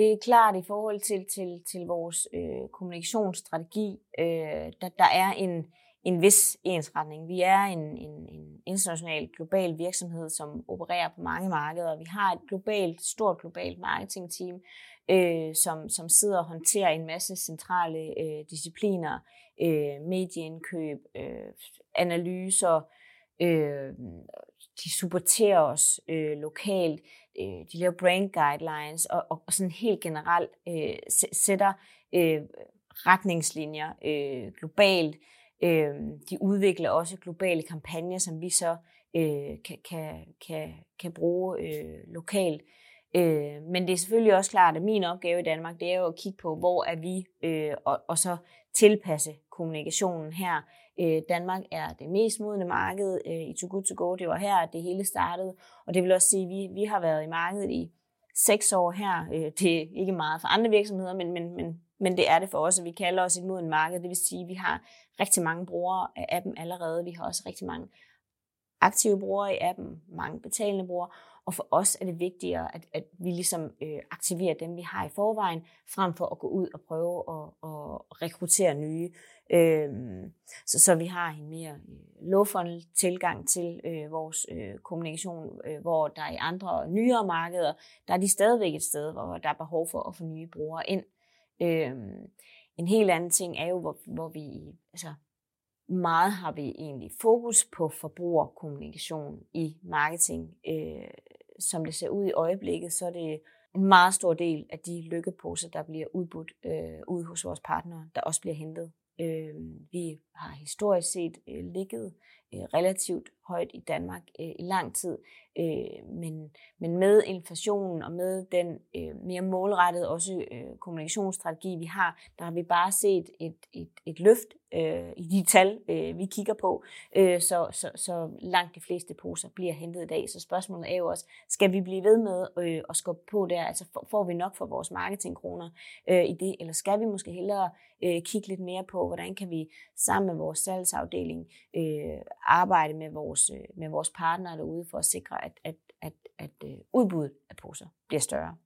Det er klart i forhold til vores kommunikationsstrategi, der er en vis ensretning. Vi er en international global virksomhed, som opererer på mange markeder. Vi har et stort globalt marketingteam, som sidder og håndterer en masse centrale discipliner, medieindkøb, analyser. De supporterer os lokalt, de laver brand guidelines og sådan helt generelt sætter retningslinjer globalt. De udvikler også globale kampagner, som vi så kan bruge lokalt. Men det er selvfølgelig også klart, at min opgave i Danmark, det er jo at kigge på, hvor er vi, og så tilpasse kommunikationen her. Danmark er det mest modne marked i Too Good To Go. Det var her, det hele startede, og det vil også sige, at vi har været i markedet i 6 år her. Det er ikke meget for andre virksomheder, men det er det for os, og vi kalder os et modent marked. Det vil sige, at vi har rigtig mange brugere af appen allerede. Vi har også rigtig mange aktive brugere i appen, mange betalende brugere, og for os er det vigtigere, at vi ligesom aktiverer dem, vi har i forvejen, frem for at gå ud og prøve at rekruttere nye. Så vi har en mere low-funnel tilgang til vores kommunikation, hvor der i andre nyere markeder, der er de stadigvæk et sted, hvor der er behov for at få nye brugere ind. En helt anden ting er jo, hvor vi meget har vi egentlig fokus på forbrugerkommunikation i marketing. Som det ser ud i øjeblikket, så er det en meget stor del af de lykkeposer, der bliver udbudt ude hos vores partnere, der også bliver hentet. Vi har historisk set ligget relativt højt i Danmark i lang tid, men med inflationen og med den mere målrettede også kommunikationsstrategi, vi har, der har vi bare set et løft i de tal, vi kigger på, så langt de fleste poser bliver hentet i dag. Så spørgsmålet er jo også, skal vi blive ved med at skubbe på der? Altså får vi nok for vores marketingkroner i det, eller skal vi måske hellere kigge lidt mere på, hvordan kan vi sammen med vores salgsafdeling arbejde med vores partnere derude for at sikre, at udbuddet af poser bliver større.